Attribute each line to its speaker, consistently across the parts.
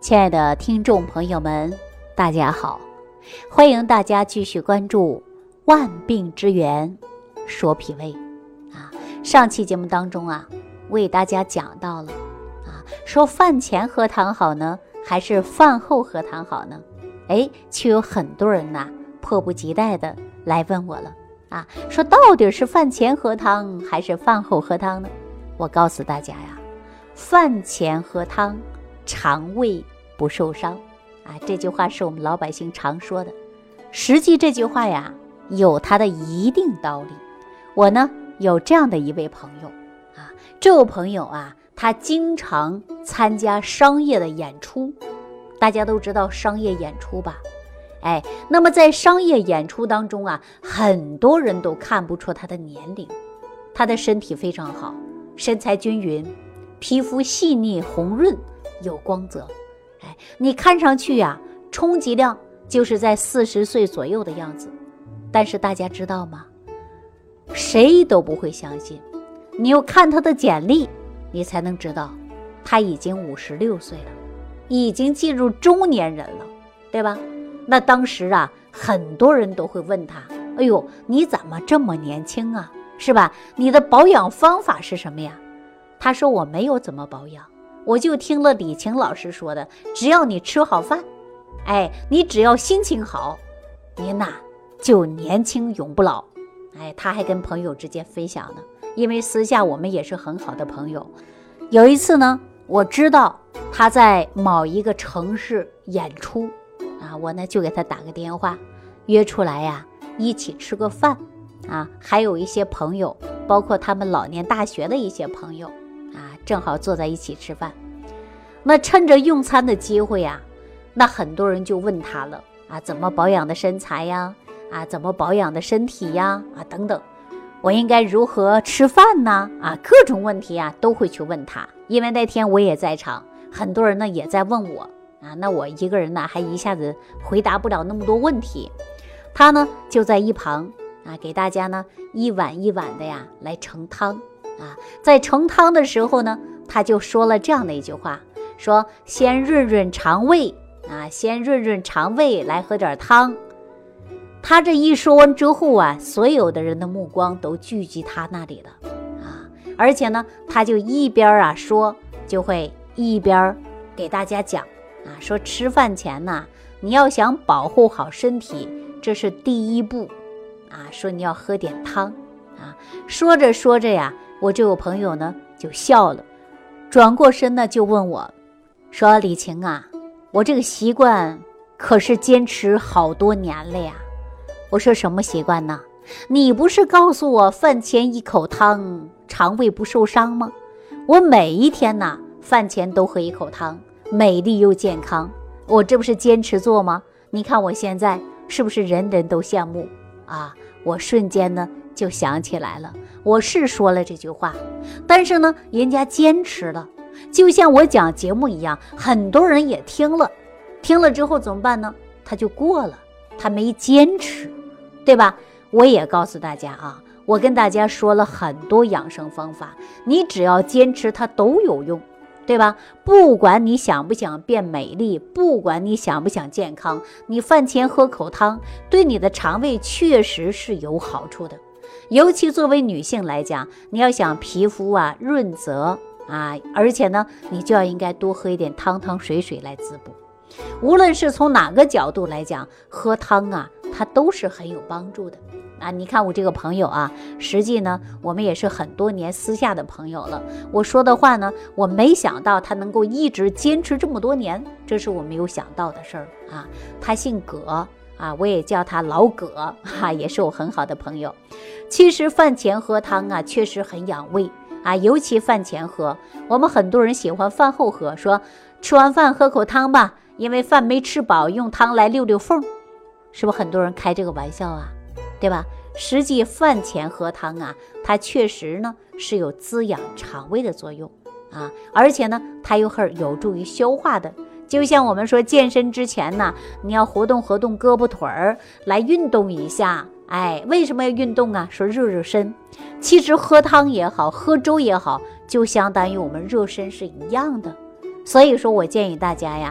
Speaker 1: 亲爱的听众朋友们，大家好，欢迎大家继续关注万病之源说脾胃上期节目当中为大家讲到了说饭前喝汤好呢，还是饭后喝汤好呢？却有很多人迫不及待的来问我了说到底是饭前喝汤还是饭后喝汤呢？我告诉大家饭前喝汤，肠胃不受伤这句话是我们老百姓常说的。实际这句话有它的一定道理。我呢有这样的一位朋友这位朋友他经常参加商业的演出，大家都知道商业演出吧？那么在商业演出当中很多人都看不出他的年龄。他的身体非常好，身材均匀，皮肤细腻红润有光泽，你看上去充其量就是在40岁左右的样子。但是大家知道吗？谁都不会相信，你要看他的简历，你才能知道他已经56岁了，已经进入中年人了，对吧？那当时很多人都会问他，哎呦，你怎么这么年轻是吧？你的保养方法是什么呀？他说我没有怎么保养，我就听了李晴老师说的，只要你吃好饭，你只要心情好，您就年轻永不老。他还跟朋友之间分享呢，因为私下我们也是很好的朋友。有一次呢，我知道他在某一个城市演出我呢就给他打个电话，约出来一起吃个饭还有一些朋友，包括他们老年大学的一些朋友正好坐在一起吃饭。那趁着用餐的机会那很多人就问他了怎么保养的身材怎么保养的身体等等，我应该如何吃饭呢各种问题都会去问他。因为那天我也在场，很多人呢也在问我那我一个人还一下子回答不了那么多问题。他呢就在一旁给大家呢一碗一碗的来盛汤在盛汤的时候呢，他就说了这样的一句话，说先润润肠胃先润润肠胃，来喝点汤。他这一说完之后所有的人的目光都聚集他那里了而且呢他就一边说，就会一边给大家讲说吃饭前你要想保护好身体，这是第一步说你要喝点汤说着说着我这位朋友呢就笑了，转过身呢就问我说，李晴我这个习惯可是坚持好多年了呀。我说什么习惯呢？你不是告诉我饭前一口汤，肠胃不受伤吗？我每一天饭前都喝一口汤，美丽又健康，我这不是坚持做吗？你看我现在是不是人人都羡慕我瞬间呢就想起来了，我是说了这句话，但是呢人家坚持了，就像我讲节目一样，很多人也听了之后怎么办呢？他就过了，他没坚持，对吧？我也告诉大家我跟大家说了很多养生方法，你只要坚持它都有用，对吧？不管你想不想变美丽，不管你想不想健康，你饭前喝口汤对你的肠胃确实是有好处的。尤其作为女性来讲，你要想皮肤润泽而且呢你就要应该多喝一点汤汤水水来滋补。无论是从哪个角度来讲，喝汤它都是很有帮助的你看我这个朋友实际呢我们也是很多年私下的朋友了，我说的话呢，我没想到他能够一直坚持这么多年，这是我没有想到的事儿他姓葛我也叫他老葛也是我很好的朋友。其实饭前喝汤确实很养胃尤其饭前喝，我们很多人喜欢饭后喝，说吃完饭喝口汤吧，因为饭没吃饱，用汤来溜溜缝，是不是很多人开这个玩笑对吧？实际饭前喝汤它确实呢是有滋养肠胃的作用而且呢它又很有助于消化的。就像我们说健身之前你要活动活动胳膊腿儿，来运动一下为什么要运动说热热身。其实喝汤也好，喝粥也好，就相当于我们热身是一样的。所以说我建议大家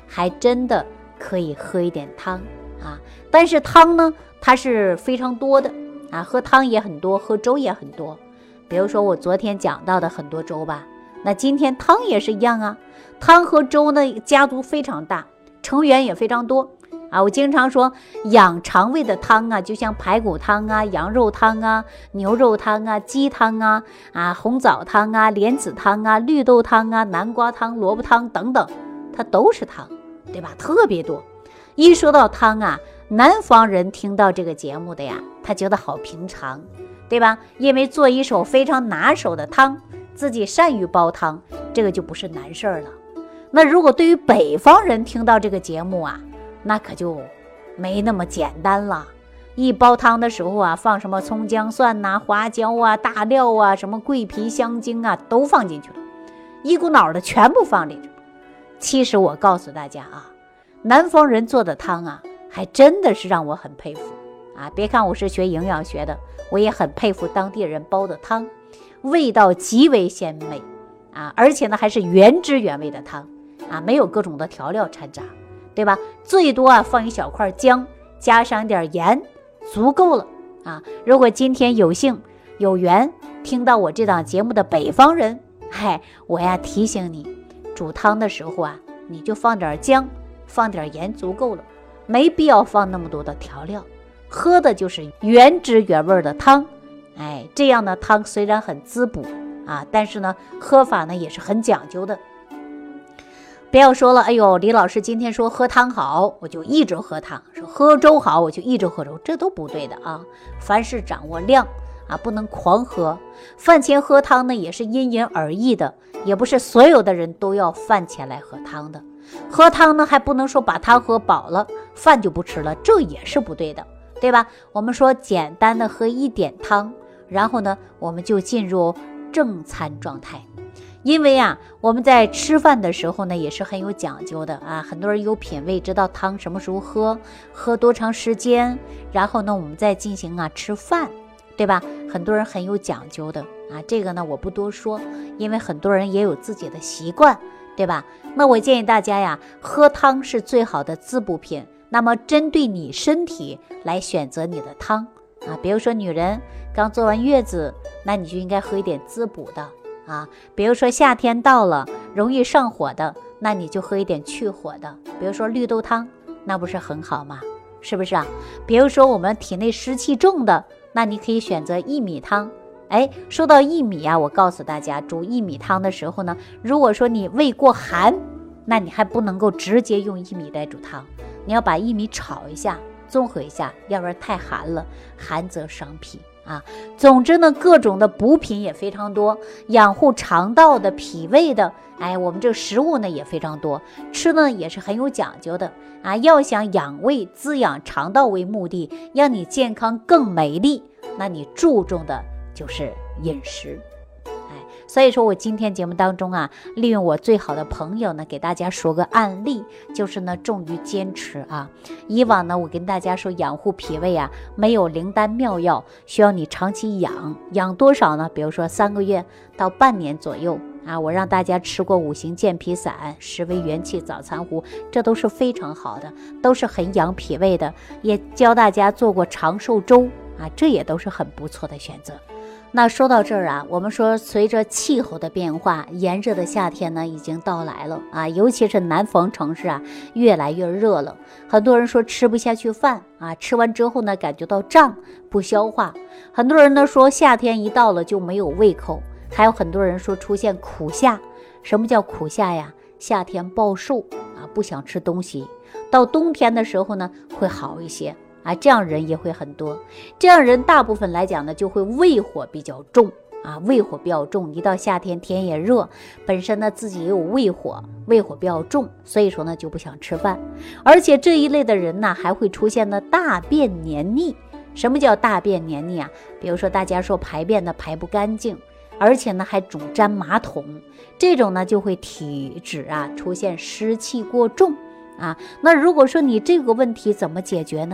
Speaker 1: 还真的可以喝一点汤啊。但是汤呢，它是非常多的啊，喝汤也很多，喝粥也很多。比如说我昨天讲到的很多粥吧，那今天汤也是一样啊。汤和粥呢，家族非常大，成员也非常多啊。我经常说，养肠胃的汤啊，就像排骨汤啊、羊肉汤啊、牛肉汤啊、鸡汤啊、红枣汤啊、莲子汤啊、绿豆汤啊、南瓜汤、萝卜汤等等，它都是汤，对吧？特别多。一说到汤啊，南方人听到这个节目的呀，他觉得好平常，对吧？因为做一手非常拿手的汤，自己善于煲汤，这个就不是难事儿了。那如果对于北方人听到这个节目啊，那可就没那么简单了。一煲汤的时候啊，放什么葱姜蒜呐、花椒啊、大料啊、什么桂皮香精啊，都放进去了，一股脑的全部放进去。其实我告诉大家啊，南方人做的汤啊，还真的是让我很佩服啊。别看我是学营养学的，我也很佩服当地人煲的汤，味道极为鲜美啊，而且呢还是原汁原味的汤啊，没有各种的调料掺杂，对吧？最多啊放一小块姜，加上一点盐，足够了啊。如果今天有幸有缘听到我这档节目的北方人，我呀提醒你，煮汤的时候啊，你就放点姜，放点盐足够了，没必要放那么多的调料，喝的就是原汁原味的汤。这样的汤虽然很滋补啊，但是呢喝法呢也是很讲究的。不要说了，哎呦，李老师今天说喝汤好，我就一直喝汤；说喝粥好，我就一直喝粥，这都不对的啊。凡事掌握量啊，不能狂喝。饭前喝汤呢，也是因人而异的，也不是所有的人都要饭前来喝汤的。喝汤呢，还不能说把汤喝饱了，饭就不吃了，这也是不对的，对吧？我们说简单的喝一点汤，然后呢，我们就进入正餐状态。因为啊，我们在吃饭的时候呢，也是很有讲究的啊。很多人有品位，知道汤什么时候喝，喝多长时间，然后呢，我们再进行吃饭，对吧？很多人很有讲究的啊。这个呢，我不多说，因为很多人也有自己的习惯，对吧？那我建议大家呀，喝汤是最好的滋补品。那么针对你身体来选择你的汤啊，比如说女人刚坐完月子，那你就应该喝一点滋补的。比如说夏天到了容易上火的，那你就喝一点去火的，比如说绿豆汤，那不是很好吗？是不是啊？比如说我们体内湿气重的，那你可以选择薏米汤。说到薏米啊，我告诉大家，煮薏米汤的时候呢，如果说你胃过寒，那你还不能够直接用薏米来煮汤，你要把薏米炒一下，综合一下，要不然太寒了，寒则伤脾啊。总之呢，各种的补品也非常多，养护肠道的、脾胃的，我们这个食物呢也非常多，吃呢也是很有讲究的啊。要想养胃、滋养肠道为目的，让你健康更美丽，那你注重的就是饮食。所以说我今天节目当中啊，利用我最好的朋友呢，给大家说个案例，就是呢，重于坚持啊。以往呢，我跟大家说养护脾胃啊，没有灵丹妙药，需要你长期养多少呢？比如说3个月到半年左右啊，我让大家吃过5行健脾散、10味元气早餐糊，这都是非常好的，都是很养脾胃的。也教大家做过长寿粥啊，这也都是很不错的选择。那说到这儿啊，我们说随着气候的变化，炎热的夏天呢已经到来了啊，尤其是南方城市啊，越来越热了。很多人说吃不下去饭啊，吃完之后呢感觉到胀不消化。很多人呢说夏天一到了就没有胃口，还有很多人说出现苦夏。什么叫苦夏呀？夏天暴瘦啊，不想吃东西。到冬天的时候呢会好一些。这样人也会很多，这样人大部分来讲呢，就会胃火比较重啊，胃火比较重。一到夏天天也热，本身呢自己也有胃火比较重，所以说呢就不想吃饭。而且这一类的人呢，还会出现呢大便黏腻。什么叫大便黏腻啊？比如说大家说排便呢排不干净，而且呢还总沾马桶，这种呢就会体质啊出现湿气过重啊。那如果说你这个问题怎么解决呢？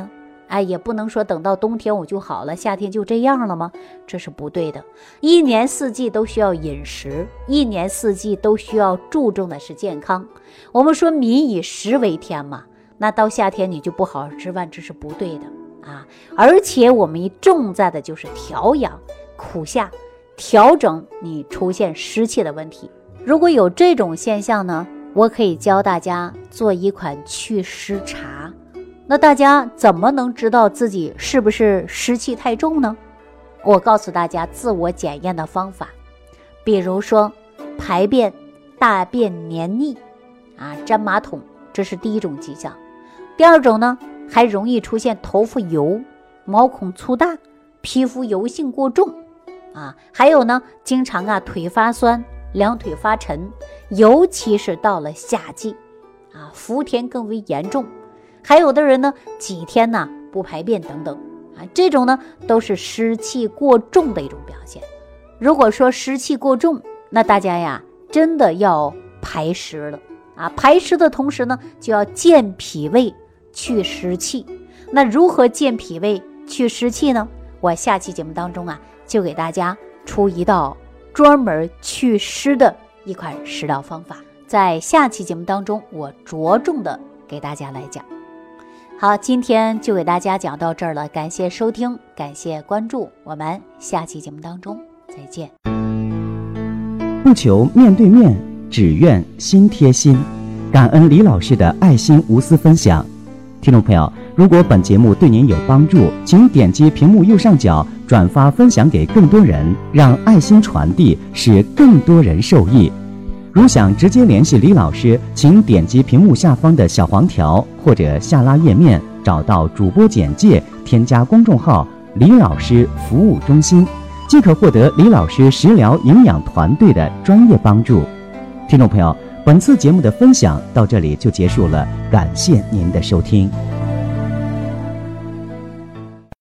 Speaker 1: 也不能说等到冬天我就好了，夏天就这样了吗？这是不对的。一年四季都需要饮食，一年四季都需要注重的是健康。我们说民以食为天嘛，那到夏天你就不好好吃饭，这是不对的啊！而且我们重在的就是调养、苦夏，调整你出现湿气的问题。如果有这种现象呢，我可以教大家做一款祛湿茶。那大家怎么能知道自己是不是湿气太重呢？我告诉大家自我检验的方法，比如说排便大便黏腻粘马桶，这是第一种迹象。第二种呢，还容易出现头发油、毛孔粗大、皮肤油性过重还有呢，经常腿发酸、两腿发沉，尤其是到了夏季伏天更为严重。还有的人呢，几天不排便等等这种呢都是湿气过重的一种表现。如果说湿气过重，那大家真的要排湿了排湿的同时呢，就要健脾胃去湿气。那如何健脾胃去湿气呢？我下期节目当中就给大家出一道专门祛湿的一款食疗方法，在下期节目当中我着重的给大家来讲。好，今天就给大家讲到这儿了，感谢收听，感谢关注，我们下期节目当中再见。
Speaker 2: 不求面对面，只愿心贴心。感恩李老师的爱心无私分享。听众朋友，如果本节目对您有帮助，请点击屏幕右上角转发分享给更多人，让爱心传递，使更多人受益。如想直接联系李老师，请点击屏幕下方的小黄条或者下拉页面，找到主播简介，添加公众号李老师服务中心，即可获得李老师食疗营养团队的专业帮助。听众朋友，本次节目的分享到这里就结束了，感谢您的收听。